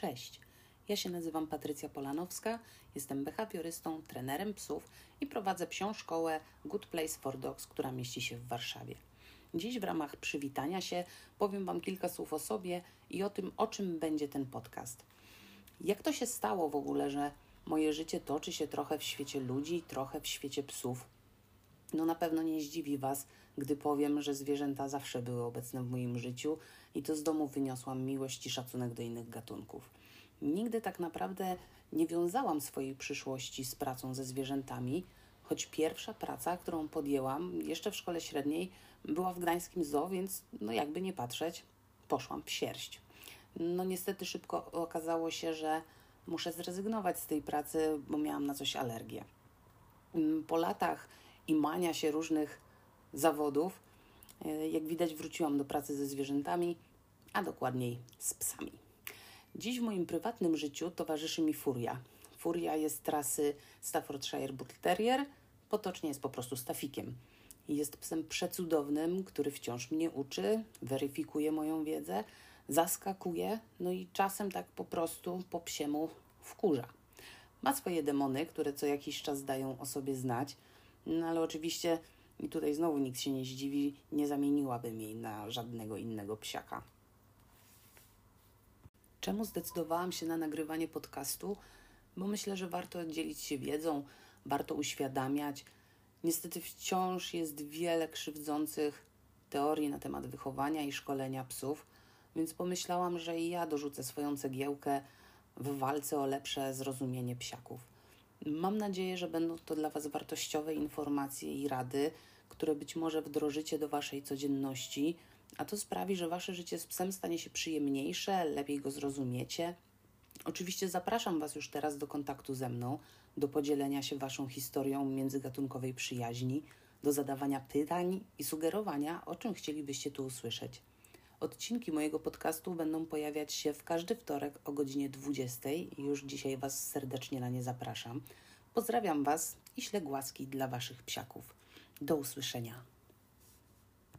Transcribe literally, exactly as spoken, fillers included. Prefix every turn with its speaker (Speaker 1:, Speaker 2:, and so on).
Speaker 1: Cześć, ja się nazywam Patrycja Polanowska, jestem behawiorystą, trenerem psów i prowadzę psią szkołę Good Place for Dogs, która mieści się w Warszawie. Dziś w ramach przywitania się powiem Wam kilka słów o sobie i o tym, o czym będzie ten podcast. Jak to się stało w ogóle, że moje życie toczy się trochę w świecie ludzi, trochę w świecie psów? No na pewno nie zdziwi Was, gdy powiem, że zwierzęta zawsze były obecne w moim życiu i to z domu wyniosłam miłość i szacunek do innych gatunków. Nigdy tak naprawdę nie wiązałam swojej przyszłości z pracą ze zwierzętami, choć pierwsza praca, którą podjęłam jeszcze w szkole średniej, była w gdańskim zoo, więc no jakby nie patrzeć, poszłam w sierść. No niestety szybko okazało się, że muszę zrezygnować z tej pracy, bo miałam na coś alergię. Po latach imania się różnych zawodów, jak widać, wróciłam do pracy ze zwierzętami, a dokładniej z psami. Dziś w moim prywatnym życiu towarzyszy mi Furia. Furia jest rasy Staffordshire Bull Terrier, potocznie jest po prostu Stafikiem. Jest psem przecudownym, który wciąż mnie uczy, weryfikuje moją wiedzę, zaskakuje, no i czasem tak po prostu po psiemu wkurza. Ma swoje demony, które co jakiś czas dają o sobie znać, no ale oczywiście, i tutaj znowu nikt się nie zdziwi, nie zamieniłabym jej na żadnego innego psiaka. Czemu zdecydowałam się na nagrywanie podcastu? Bo myślę, że warto dzielić się wiedzą, warto uświadamiać. Niestety wciąż jest wiele krzywdzących teorii na temat wychowania i szkolenia psów, więc pomyślałam, że i ja dorzucę swoją cegiełkę w walce o lepsze zrozumienie psiaków. Mam nadzieję, że będą to dla Was wartościowe informacje i rady, które być może wdrożycie do Waszej codzienności, a to sprawi, że Wasze życie z psem stanie się przyjemniejsze, lepiej go zrozumiecie. Oczywiście zapraszam Was już teraz do kontaktu ze mną, do podzielenia się Waszą historią międzygatunkowej przyjaźni, do zadawania pytań i sugerowania, o czym chcielibyście tu usłyszeć. Odcinki mojego podcastu będą pojawiać się w każdy wtorek o godzinie dwudziestej i już dzisiaj Was serdecznie na nie zapraszam. Pozdrawiam Was i ślę głaski dla Waszych psiaków. Do usłyszenia.